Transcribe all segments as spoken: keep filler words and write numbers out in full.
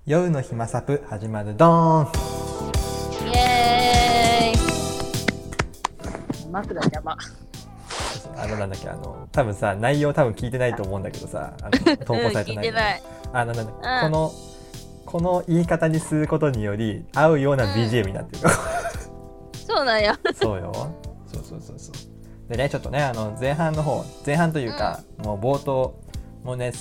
夜の暇サプ始まる。ドーン。 イエーイ。枕邪魔。 あのなんだっけ、あの多分さ、内容多分聞いてないと思うんだけどさ、あの投稿された内容、うん、聞いてない。あのなんだ、うん、このこの言い方にすることにより合うような ビージーエム になってる、うん、 そうなんや。 そうよ。そうそうそうそう。でね、ちょっとね、あの前半の方、前半というか、うん、もう冒頭もうね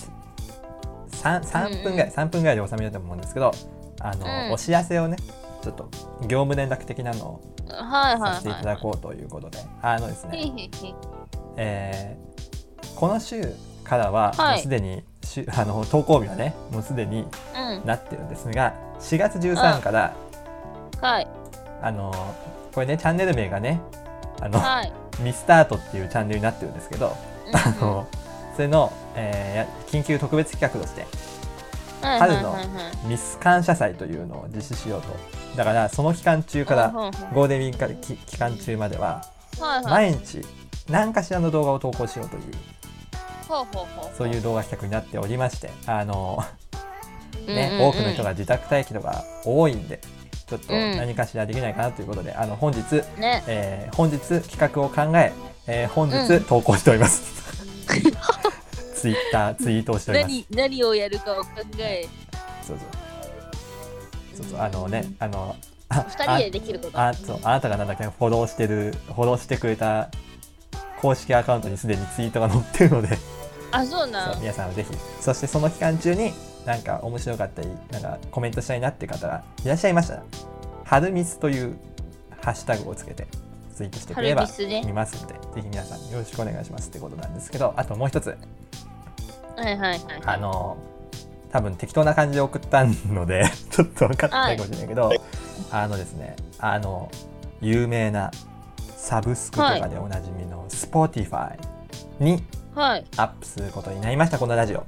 3, さんぷんぐらい、うんうん、さんぷんぐらいで収めようと思うんですけど、あの、うん、お知らせをね、ちょっと業務連絡的なのをさせていただこうということで、あのですね、えー、この週からはもうすでに、はい、あの投稿日はねもうすでになってるんですが、うん、しがつじゅうさんにちから、 はい、 あのこれねチャンネル名がねあの、はい、ミスタートっていうチャンネルになってるんですけど、うん、あのそれの、えー、緊急特別企画として春のミス感謝祭というのを実施しようと。だからその期間中からゴールデンウィーク期間中までは毎日何かしらの動画を投稿しようというそういう動画企画になっておりまして、あのね、多くの人が自宅待機とか多いんでちょっと何かしらできないかなということで、あの本日、ねえー、本日企画を考ええー、本日投稿しております、うん、ツイッターツイートをしております。 何, 何をやるかを考えそうそうそうそう、あのね、あのふたりでできること、 ああそうあなたがなんだっけフォローしてるフォローしてくれた公式アカウントにすでにツイートが載ってるのであ、そうなん。 そう皆さんはぜひ、そしてその期間中になんか面白かったりなんかコメントしたいなって方がいらっしゃいましたら、春ミスというハッシュタグをつけてツイートしてくれれば見ますので、ね、ぜひ皆さんよろしくお願いしますってことなんですけど、あともう一つ、 はいはいはい、 あの多分適当な感じで送ったのでちょっと分かってないかもしれないけど、はい、あのですね、あの有名なサブスクとかでおなじみの Spotify にアップすることになりました、このラジオ。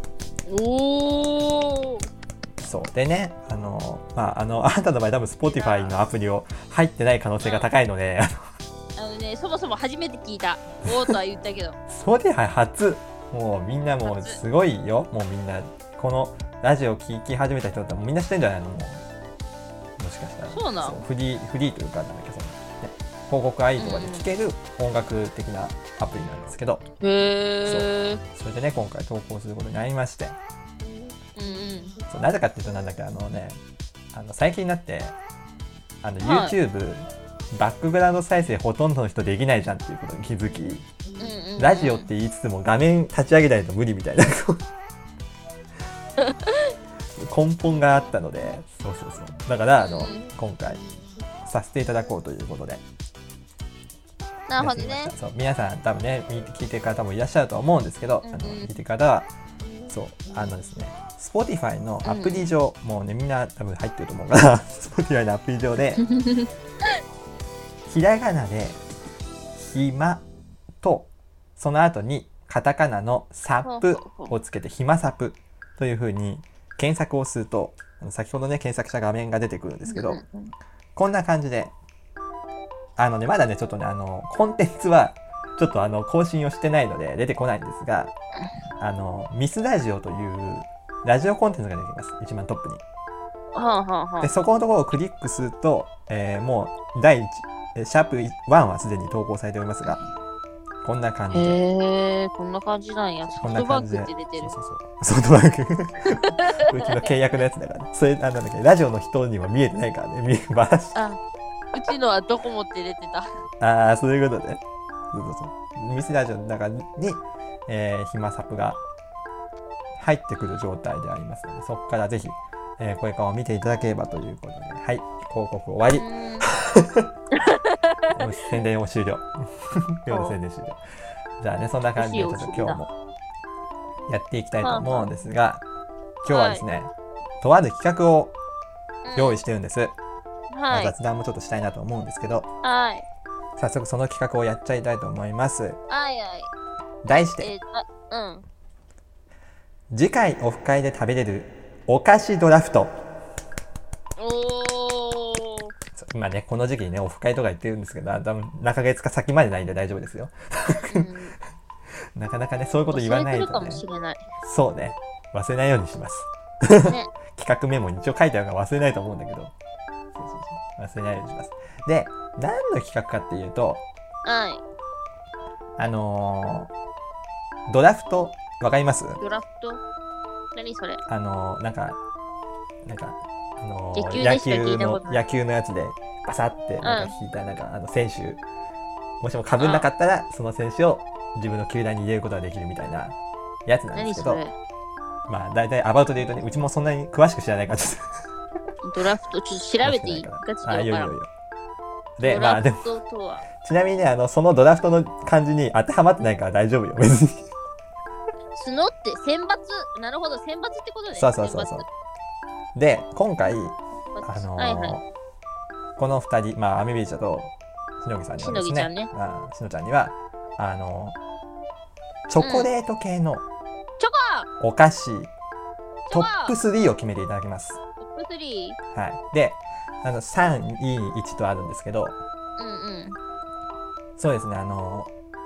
おー、 そうでね、あの、まあ、あのあなたの場合多分 Spotify のアプリを入ってない可能性が高いので、 あのね、そもそも初めて聞いたおーとは言ったけど Spotify 初、もうみんなもうすごいよ、もうみんなこのラジオ聞き始めた人だったらもうみんな知ってんじゃないの、もうもしかしたらそうなんそうフリーフリーというかなんだっけ、その、ね、広告アイとかで聴ける音楽的なアプリなんですけど、 へー、 そうそれでね今回投稿することになりまして、 うんうん、 そうなぜかっていうとなんだっけ、あのねあの最近になってあの YouTube、はい、バックグラウンド再生ほとんどの人できないじゃんっていうことに気づき、うんうんうん、ラジオって言いつつも画面立ち上げないと無理みたいな根本があったので、そうそうそう、だからあの、うん、今回させていただこうということで。 なるほどね。 そう皆さん多分ね聞いてる方もいらっしゃると思うんですけど、うんうん、あの聞いてる方はそうあのですね Spotify のアプリ上、うん、もうねみんな多分入ってると思うから Spotify のアプリ上でひらがなで暇とその後にカタカナのサップをつけて暇サプという風に検索をすると先ほどね検索した画面が出てくるんですけど、うんうん、こんな感じであのねまだねちょっとねあのコンテンツはちょっとあの更新をしてないので出てこないんですが、あのミスラジオというラジオコンテンツが出てきます、一番トップに。 はあはあ、 でそこのところをクリックすると、えー、もうだいいちシャープいちはすでに投稿されておりますが、こんな感じで。 へー、こんな感じなんや。ソフトバンクって出てる。 そうそうそうソフトバンクうちの契約のやつだから、ね、それなんだっけラジオの人には見えてないからね、見えばらしあうちのはドコモって出てた。 ああ、そういうことね。そうそうそう。ミスラジオの中に、えー、暇サプが入ってくる状態でありますので、そこからぜひ、えー、これからを見ていただければということで、はい、広告終わり。宣伝を終了。今日の宣伝終了。じゃあね、そんな感じでちょっと今日もやっていきたいと思うんですが、今日はですね、はい、とある企画を用意してるんです。はい、雑談もちょっとしたいなと思うんですけど、 はい、 早速その企画をやっちゃいたいと思います。 はいはい、 題して、 えーうん、 次回オフ会で食べれるお菓子ドラフト。 お今ねこの時期にねオフ会とか言ってるんですけど、多分何ヶ月か先までないんで大丈夫ですよ、うん、なかなかねそういうこと言わないとね、 忘れてるかもしれない。 そうね忘れないようにします、ね、企企画メモに一応書いてあるから忘れないと思うんだけど、そうそうそう、忘れないようにします。で、何の企画かっていうと、 はい。 あのー、ドラフトわかります？ ドラフト？何それ？ あのー、なんかなんかあのー、 野球の野球のやつでバサってなんか引いた、うん、なんかあの選手、もしも被んなかったらその選手を自分の球団に入れることができるみたいなやつなんですけど、まあ大体アバウトで言うとね、うちもそんなに詳しく知らないからちょっとドラフトちょっと調べていい？ガチでわからん。あ、いいよいいよ。 で、まあでもちなみにね、あのそのドラフトの感じに当てはまってないから大丈夫よ、別に。 募って選抜、なるほど、選抜ってことね。 そうそうそうそう。で、今回、あのーはいはい、このふたり、まあアミビーチャとしのぎさんにはですね、しのぎちゃんね、あしのちゃんにはあのー、チョコレート系のお菓子、うん、トップスリーを決めていただきます。 トップスリー？ はい。で、あのさんいいちとあるんですけど、 うんうん、 そうですね、あの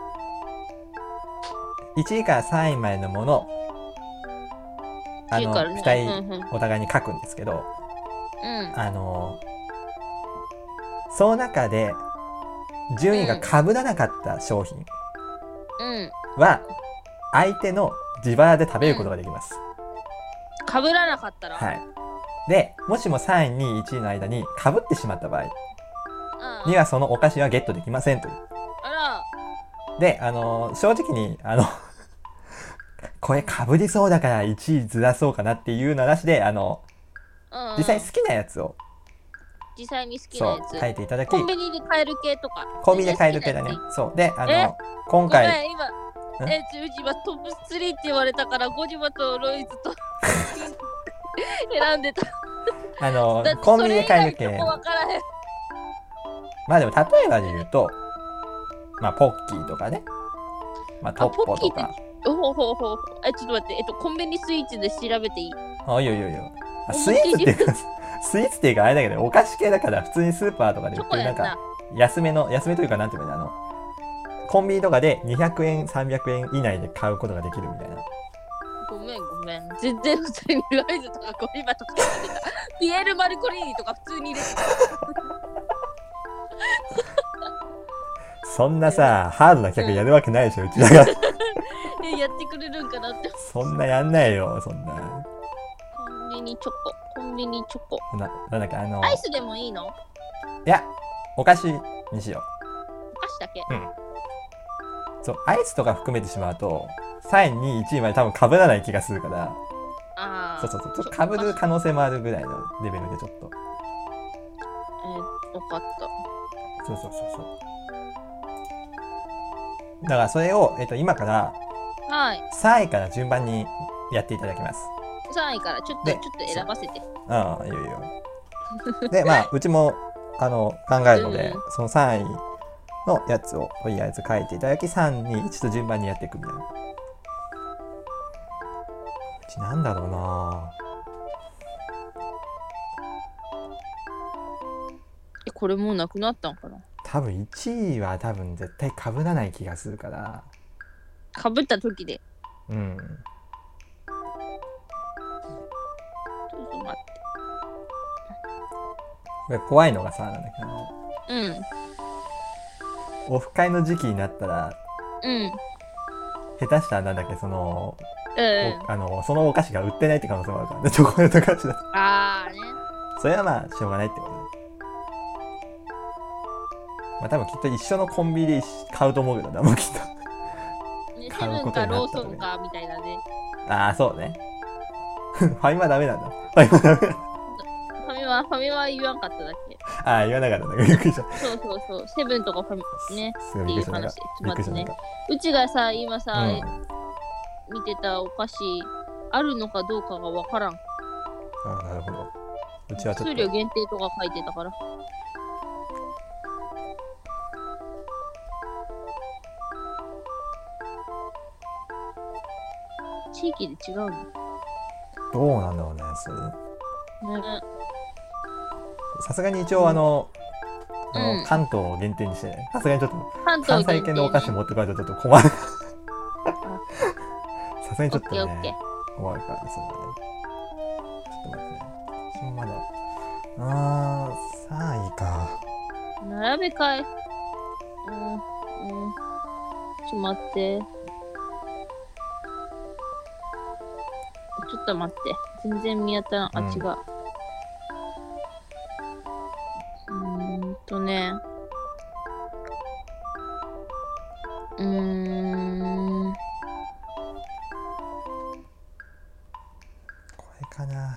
いちいからさんいまでのもの、あの、ね、ふたりお互いに書くんですけど、 うん、 あのその中で順位が被らなかった商品は相手の自腹で食べることができます。 被らなかったら、 はい。で、もしもさんい、にい、いちいの間に被ってしまった場合にはそのお菓子はゲットできませんという。 あら。 で、あのー、正直にあのこれ被りそうだからいちいずらそうかなっていうのなしで、あの、うんうん、実際好きなやつを実際に好きなやつ書いていただき、 コンビニで買える系とか、 コンビニで買える系だね。そうで、あの今回ごめん今えうちはトップスリーって言われたからゴディバとロイズと選んでた。 あのコンビニで買える系。まあでも例えばで言うと、まあポッキーとかね、まあトッポとか。 ほほほほえちょっと待って、えっとコンビニスイーツで調べていい？ あ、いいよいいよいいよ。スイーツっていうかスイーツっていうかあれだけど、お菓子系だから普通にスーパーとかで売ってるなんか安めの安めというかなんていうか、あのコンビニとかでにひゃくえんさんびゃくえん以内で買うことができるみたいな。 ごめんごめん、全然普通にライズとかゴリバとか入れてた。ピエール・マルコリーニとか普通に入れてた。 そんなさ、ハードな客やるわけないでしょ、うちらが。 やってくれるんかなって。 そんなやんないよ、そんな。 コンビニチョコ、コンビニチョコ。 な、なんだっけ、あの。 アイスでもいいの？ いや、お菓子にしよう。お菓子だけ？ うん。そう、アイスとか含めてしまうと、さんい、にい、いちいまで多分被らない気がするから。 ああ。 そうそうそう、ちょっと被る可能性もあるぐらいのレベルでちょっと。 えー、分かった。 そうそうそうそう。だからそれを、えっと、今からさんいから順番にやっていただきます。 さんいからちょっとちょっと選ばせて。 ああ、いいよいいよ。で、まあうちもあの考えるので、うん、そのさんいのやつをとりあえず書いていただき、さん、に、いちと順番にやっていくみたいな。うちなんだろうな。 え、これもうなくなったんかな。 多分いちいは多分絶対被らない気がするから。 被った時で。 うん。 ちょっと待って。 これ怖いのがさ、なんだっけ、あの。 うん。 オフ会の時期になったら。 うん。 下手したらなんだっけ、その。 うん。 あの、そのお菓子が売ってないって可能性もあるからね、チョコレート菓子だと。 ああね。 それはまあしょうがないってことで。まあ多分きっと一緒のコンビニで買うと思うけどな、もうきっと。 ね、セブンかローソンかみたいなね。 ああ、そうね。ファミマダメなんだ。ファミマダメなんだ。 ファミマ、ファミマ言わんかっただけ。 ああ、言わなかったんだ。びっくりした。 そうそうそう。セブンとかファミね。っていう話。まずね。うちがさ、今さ、うん、見てたお菓子、あるのかどうかがわからん。 ああ、なるほど。うちはちょっと。 数量限定とか書いてたから。地域で違うの？ どうなんだろうね、それ。 ね。 さすがに一応あの、うん、あの関東を限定にしてね。さすがにちょっと関西圏のお菓子持ってこられるとちょっと困る。さすがにちょっとね、困るからですよね。ちょっと待ってね。 まだあーさんいか。 並べ替えうんうんちょっと待ってちょっと待って全然見当たらん、あ、違う、うん、うーんとねうーんこれかな。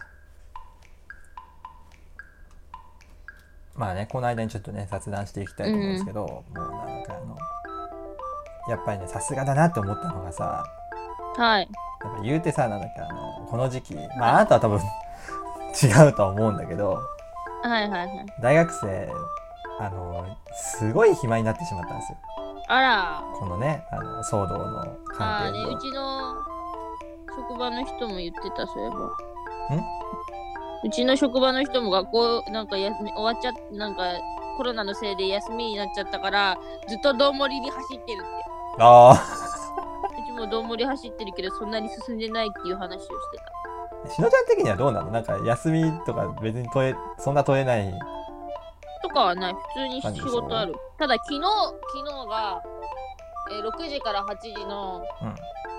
まあね、この間にちょっとね雑談していきたいと思うんですけど、うん、もうなんかあのやっぱりねさすがだなって思ったのがさ、 はい、 やっぱ言うてさ、なんだっけ、あのこの時期、まああなたは多分違うとは思うんだけど、 はいはいはい、 大学生あのすごい暇になってしまったんですよ。 あら、 このねあの騒動の関係で、ね、うちの職場の人も言ってた、そういえば。んうちの職場の人も学校なんかや終わっちゃってなんかコロナのせいで休みになっちゃったからずっとどんもりに走ってるって。 ああ。うちもどんもり走ってるけどそんなに進んでないっていう話をしてた。しのちゃん的にはどうなの？なんか休みとか別に取れそんな取れないとかはない。普通に仕事ある。ただ昨日昨日が、えー、ろくじからはちじの、うん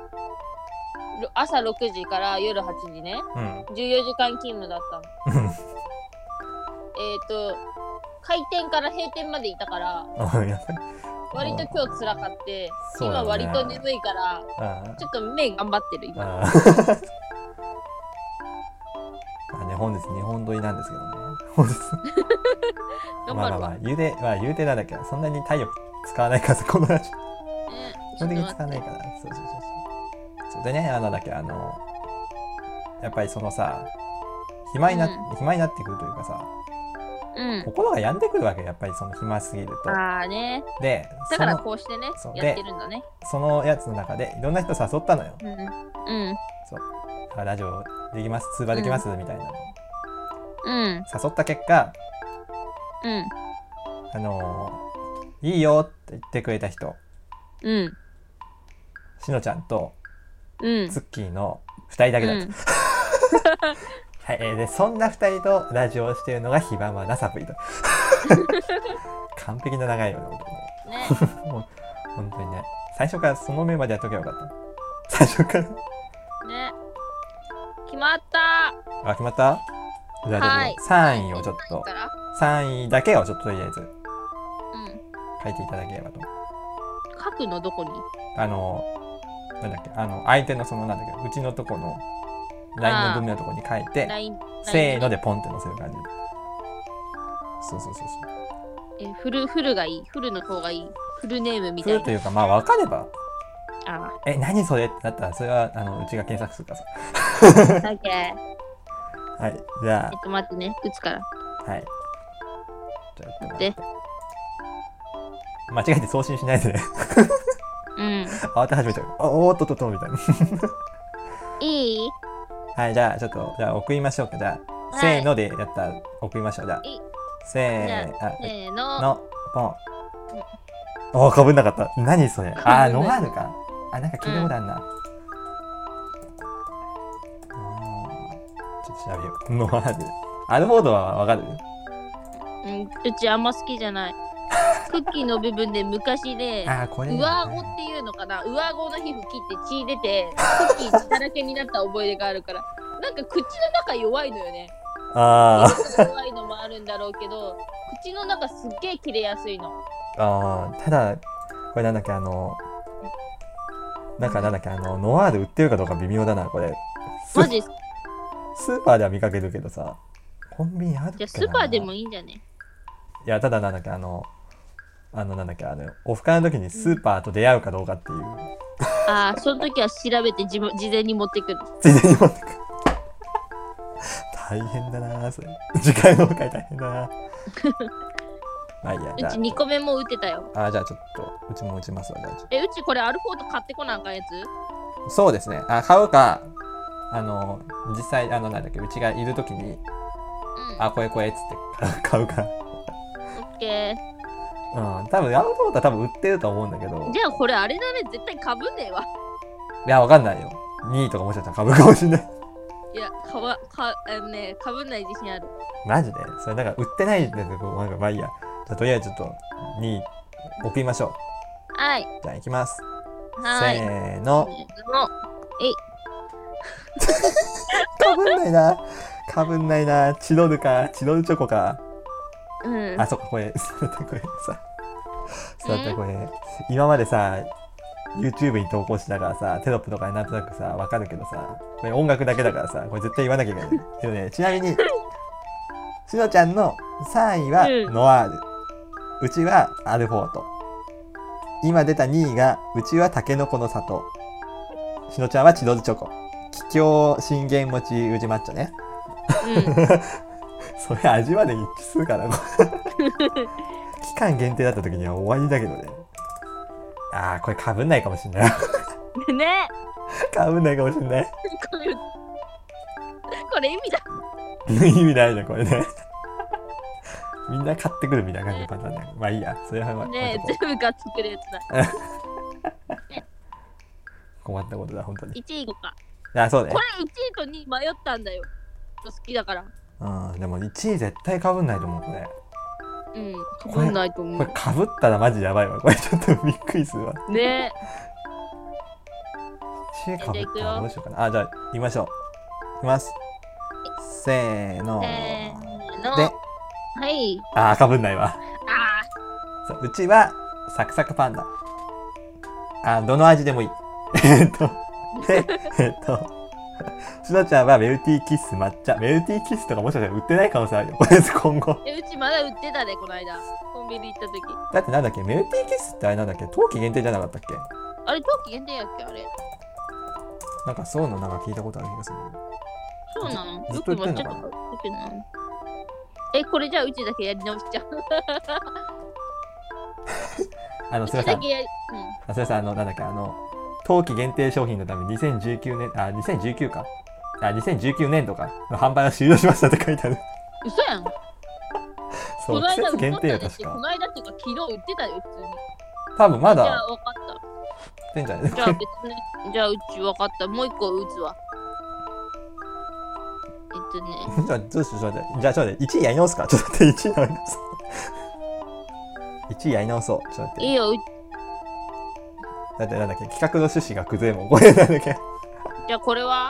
朝ろくじから夜はちじね、うん、じゅうよじかん勤務だったの。えっと開店から閉店までいたから割と今日辛かって、今割と眠いからちょっと目頑張ってる今。ああね、本日にほん撮りなんですけどね。本日まあまあまあ言うて、まあ言うてなんだっけ、そんなに体力使わないからこのラジオ。基本的に使わないから。そうそうそうそう。でね、あのだっけあのやっぱりそのさ暇にな、うん、暇になってくるというかさ、うん、心が病んでくるわけ、やっぱりその暇すぎると。 あーね。 でだからこうしてねやってるんだね。 そのやつの中でいろんな人誘ったのよ。うん、うん、そうラジオできます、通話できます、うん、みたいなの、うん、誘った結果、うん、あのいいよって言ってくれた人、うん、しのちゃんとうん、ツッキーのふたりだけだった、うんはい、えー、でそんなふたりとラジオをしているのがヒバマナサプリと完璧な長いよねねもう本当にね、最初からその目までやっとけばよかった最初からね。 決まった。 あ、決まった。じゃあちょっとさんいをちょっとさんいだけをちょっととりあえず、うん、書いていただければと。 書くのどこに？ あのなんだっけ、あの相手のそのなんだっけ、うちのとこの ライン の文面のとこに書いてせーのでポンって載せる感じ。そうそうそうそう。 え、フルフルがいい。フルの方がいい。フルネームみたいな。 フルというかまあ分かれば。あえ何それってなったらそれはあのうちが検索するからさ。オッケー。はい、じゃあ。 えっと待ってね、打つから。 はい。じゃあやって間違えて送信しないでね。うん、慌て始めちゃう。おーっとっとっとみたいないい？ はい、じゃあちょっとじゃあ送りましょうか。じゃあ、はい、せーのでやったら送りましょう。じゃあせーあせーののポン。おー、かぶんなかった。何それ。あー、ノワールか。あ、なんか聞いたことあるな、うん、ちょっと調べよう。ノワールアルフォードはわかる？ うん、うちあんま好きじゃない。クッキーの部分で昔ね、あこれね、上顎っていうのかな、上顎の皮膚切って血出てクッキー血だらけになった覚えがあるからなんか口の中弱いのよね。あ弱いのもあるんだろうけど口の中すっげえ切れやすいの。 あただこれなんだっけ、あのなんかなんだっけ、あのノワール売ってるかどうか微妙だなこれ。 マジスーパーでは見かけるけどさ、コンビニあるっけな。 じゃあスーパーでもいいんじゃね。 いやただなんだっけ、あのあのなんだっけ、あのオフ会の時にスーパーと出会うかどうかっていう、うん、 ああその時は調べて自分事前に持ってくる。 事前に持ってくる大変だなそれ。次回のオフ会大変だなまあいいや、 うちにこめも打てたよ。 あじゃあちょっとうちも打ちますわ。じゃあえうちこれアルフォート買ってこなあかんやつ。そうですね、あ買うか、あの実際あのなんだっけ、うちがいる時に、うん、あこれこれっつって買うか。 オッケー。 うん、多分アウトローは多分売ってると思うんだけど。 じゃあこれあれだね、絶対株ねえわ。 いやわかんないよ。にいとかもしかしたら株かもしれない。 いいや、かわ、か、あのね、かぶんない自信ある。 マジでそれなんか売ってないんで、こうなんかまあいいや。じゃあとりあえずちょっとに送りましょう。はい。 じゃあいきます。 はい。 せーの。 えい。 かぶんないな。かぶんないな。チロルか。チロルチョコか。 うん。 あ、そっか、これ、これさ。そうだったこれ。今までさ、YouTube に投稿しながらさ、テロップとかになんとなくさ、わかるけどさ、これ音楽だけだからさ、これ絶対言わなきゃいけない。でもね、ちなみに、しのちゃんのさんいはノワール。うん、うちはアルフォート。今出たにいが、うちはタケノコの里。しのちゃんはチロルチョコ。桔梗信玄餅宇治抹茶ね。うん、それ味まで一致するから期間限定だった時には終わりだけどね。あーこれかぶんないかもしんないね。 かぶんないかもしんないこれこれ意味だ意味ないねこれねみんな買ってくるみたいな感じのパターンね。まあいいや、それはねえ、全部買ってくるやつだ困ったことだ本当に。 いちいいこうか。 あ、そうね。 これいちいとにい迷ったんだよ。好きだから。 うん、でもいちい絶対かぶんないと思うこれ。 うん、かぶんないと思う。 これかぶったらマジやばいわ。これちょっとびっくりするわ。 ねえ。いちいかぶったらどうしようかな。あ、じゃあ言いましょう。いきます。せーの。 せーの。 で、 はい。 あーかぶんないわ。 あそう、うちはサクサクパンダ。あ、どの味でもいい。えっと、で、えっと、しのちゃんはメルティーキッス抹茶。メルティーキッスとかもしかしたら売ってない可能性あるよ。これ今後。 え、うちまだ売ってたで、この間。コンビニ行った時。 だってなんだっけ、メルティーキッスってあれなんだっけ、冬季限定じゃなかったっけ。 あれ、冬季限定やっけあれ。 なんかそういうのなんか聞いたことある気がする。 そうなの？ ずっと言ってんのかな。 え、これじゃあうちだけやり直しちゃう。 あの、それさ、うん、あ、それさ、あの、なんだっけ、あの、冬季限定商品のためににせんじゅうきゅうねん、あ、にせんじゅうきゅうか。あ、にせんじゅうきゅうねんどかの販売が終了しましたって書いてある。 嘘やん。 そう、季節限定よ、確か。 この間っていうか、昨日売ってたよ、普通に。 多分まだ。 じゃあ、分かった。 ってんじゃない？ じゃあ、別に、じゃあ、うち分かった。もう一個打つわ。えっとね。 じゃあ、どうしよう、じゃあ、ちょっと待って、いちいやり直すか。ちょっと待って、いちいやり直そう。いちいやり直そう。ちょっと待って。 いいよ、 だってなんだっけ、企画の趣旨が崩れもこれなんだっけ。 じゃあこれは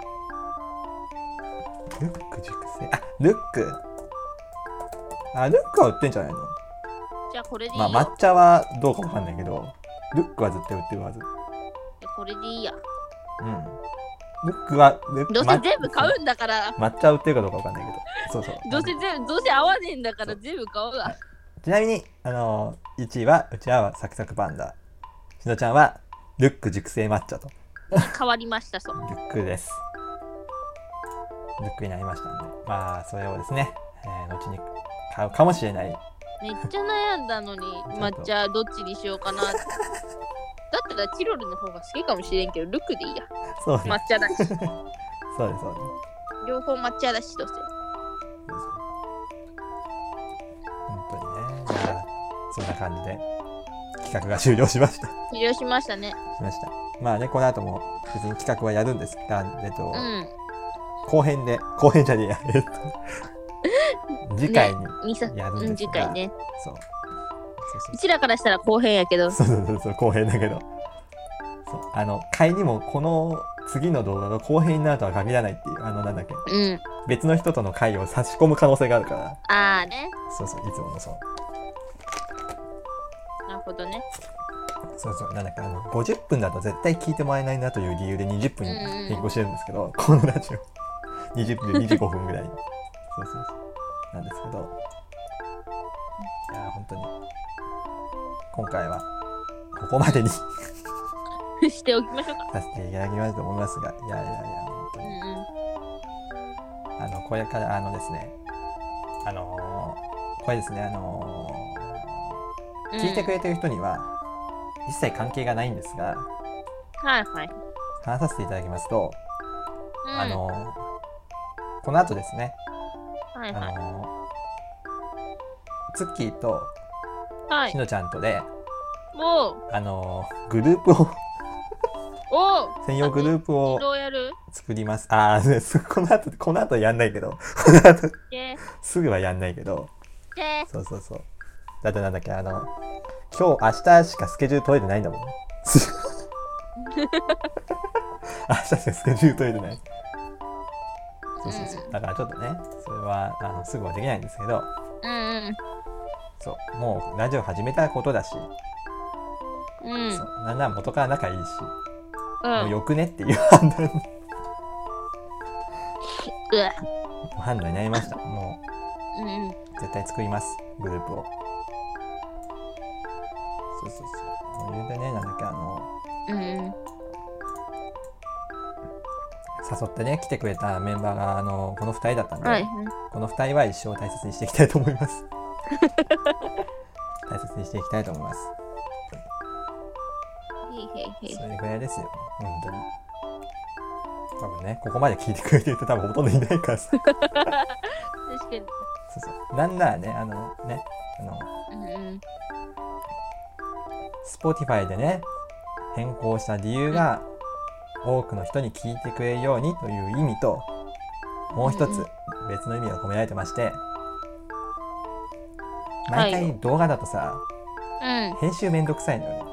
ルック熟成。あ、ルック。あ、ルックは売ってんじゃないの。 じゃあこれでいいよ。 まあ抹茶はどうかわかんないけど、ルックは絶対売ってるはず。 これでいいや。 うん。ルックはルックどうせ全部買うんだから。 抹茶売ってるかどうかわかんないけど。そうそう。 どうせ全部どうせ合わねえんだから全部買うわ。 ちなみにあのー、いちいはうちはサクサクパンダ。しのちゃんはルック熟成抹茶と。 変わりましたそう。 ルックです。ルックになりましたので、まあそれをですね、えー、後に買うかもしれない。 めっちゃ悩んだのに抹茶どっちにしようかなって。だったらチロルの方が好きかもしれんけどルックでいいや。 そう抹茶だし。そうですそうです。 両方抹茶だしどうせ。 本当にね。じゃあそんな感じで企画が終了しました。 終了しましたね。 しました。まあね、この後も別に企画はやるんですが、えっと、 うん、 後編で後編じゃねえや、えっと次回にやるんですが、ね、 次回ね。 そう。 うちらからしたら後編やけど。 そうそうそうそう、後編だけど。そう、あの仮にもこの次の動画が後編になるとは限らないっていう、あのなんだっけ、 うん、 別の人との回を差し込む可能性があるから。 ああね。 そうそう、いつものそう。 なるほどね。 そうそう、なんだっけ、あのごじゅっぷんだと絶対聞いてもらえないなという理由でにじゅっぷんに変更してるんですけど、うんうん、このラジオにじゅっぷんでにじゅうごふんぐらいそうそうそうなんですけど、いや本当に今回はここまでにしておきましょうか。 させていただきますと思いますが、いやいやいや本当に、うんうん、あのこれからあのですね、あのー、これですね、あのー、聞いてくれてる人には一切関係がないんですが、 はいはい、 話させていただきますと、うん、あのー、この後ですね、 はいはい、 あのー、ツッキーとしのちゃんとで、 もうあのー、グループをお専用グループを作ります。ああ、この後この後やんないけど、この後すぐはやんないけど、そうそうそう。だってなんだっけ、あの今日明日しかスケジュール取れてないんだもん。明日しかスケジュール取れてない。そうそうそう。だからちょっとね、それはあのすぐはできないんですけど、 うんうん、 そうもうラジオ始めたことだし、うん、そうなんなら元から仲いいし、うん、もうよくねっていう判断判断になりました。もう、うんうん、絶対作りますグループを。そうそうそう。言うてね、なんだっけ、あの、うん、誘ってね来てくれたメンバーがあのこのふたりだったんで、はい、このふたりは一生大切にしていきたいと思います。大切にしていきたいと思います。それぐらいですよ、本当に。多分ね、ここまで聞いてくれてる人多分ほとんどいないからさ。確かに。そうそう。なんならね、あのね、あの、うんうん、Spotify でね、変更した理由が、うん、多くの人に聞いてくれるようにという意味と、もう一つ別の意味が込められてまして、うん、毎回動画だとさ、はい、編集めんどくさいのよね。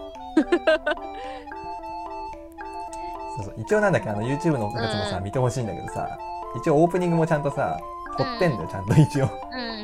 そうそう、一応なんだっけ、あの YouTube のやつもさ、うん、見てほしいんだけどさ、一応オープニングもちゃんとさ凝ってんだよ、うん、ちゃんと一応、うん、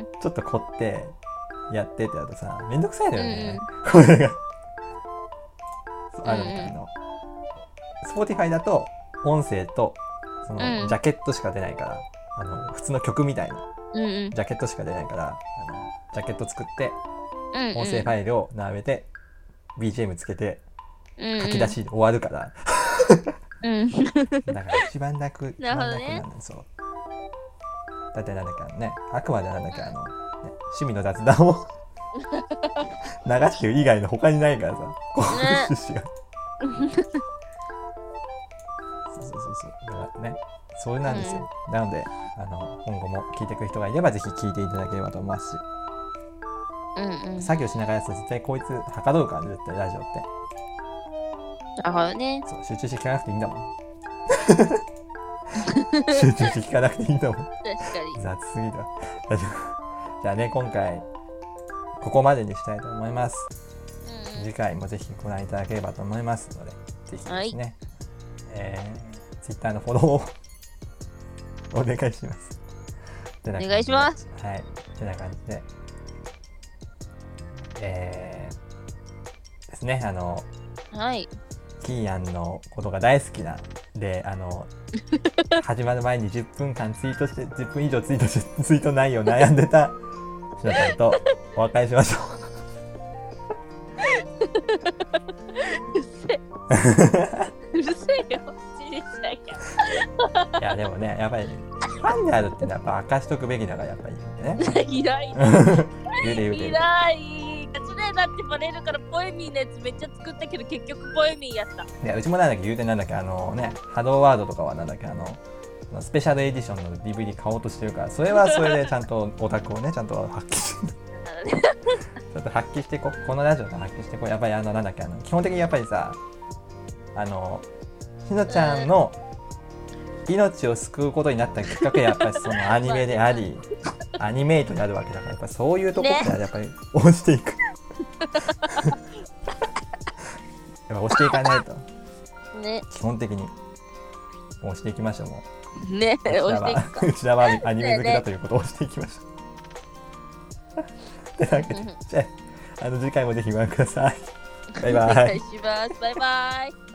ちょっと凝ってやってってやるとさめんどくさいだよね、うん、これがそうあの、うん、あの Spotify だと音声とその、うん、ジャケットしか出ないから、あの普通の曲みたいな、うんうん、ジャケットしか出ないから、あのジャケット作って、うんうん、音声ファイルを並べて ビージーエム つけて書き出しで終わるから、うんうん、だから一番楽、一番楽なんだ、そう。だってなんだっけ、あのね、あくまでなんだっけ、あの、ね、趣味の雑談を流してる以外の他にないからさ、こう趣旨が。そうそうそうそう、だからね、そうなんですよ。うん、なので、あの今後も聞いてくる人がいればぜひ聞いていただければと思いますし、うんうん、作業しながらやつと絶対こいつはかどるから、絶対ラジオって。 なるほどね。 そう、集中して聞かなくていいんだもん。集中して聞かなくていいんだもん。確かに。雑すぎだ。大丈夫。じゃあね、今回ここまでにしたいと思います。うん、次回もぜひご覧いただければと思いますので、ぜひですね、はい、えー、Twitter のフォローをお願いします。 お願いします。 はい、てな感じで、えー、ですね、あの、 はい。 キーヤンのことが大好きなで、あの始まる前にじゅっぷんかんツイートしてじゅっぷん以上ツイートしてツイート内容悩んでたしのちゃんとお別れしましょう。うるせえよ。 いやでもね、やっぱりファンであるってのはやっぱ明かしとくべきだから、やっぱりね。いない。 言うで言うで。 いない。だってバレるからポエミーのやつめっちゃ作ったけど結局ポエミーやった。 いや、うちもなんだっけ、言うてなんだっけ、あのね、ハローワードとかはなんだっけ、あのスペシャルエディションの ディーブイディー 買おうとしてるから、それはそれでちゃんとオタクをねちゃんと発揮してちょっと発揮してここのラジオで発揮してこう、やっぱりあのなんだっけ、あの基本的にやっぱりさ、あのしのちゃんの命を救うことになったきっかけはやっぱりそのアニメでありアニメイトであるわけだから、やっぱりそういうところからやっぱり押していく、ねやっぱ押していかないと、ね、基本的に押していきましょう。もうね、押していくか。 うちらはアニメ好きだということを押していきましょう。ってなわけで、じゃあ、あの次回もぜひご覧ください。バイバイ。 お願いします。バイバイ。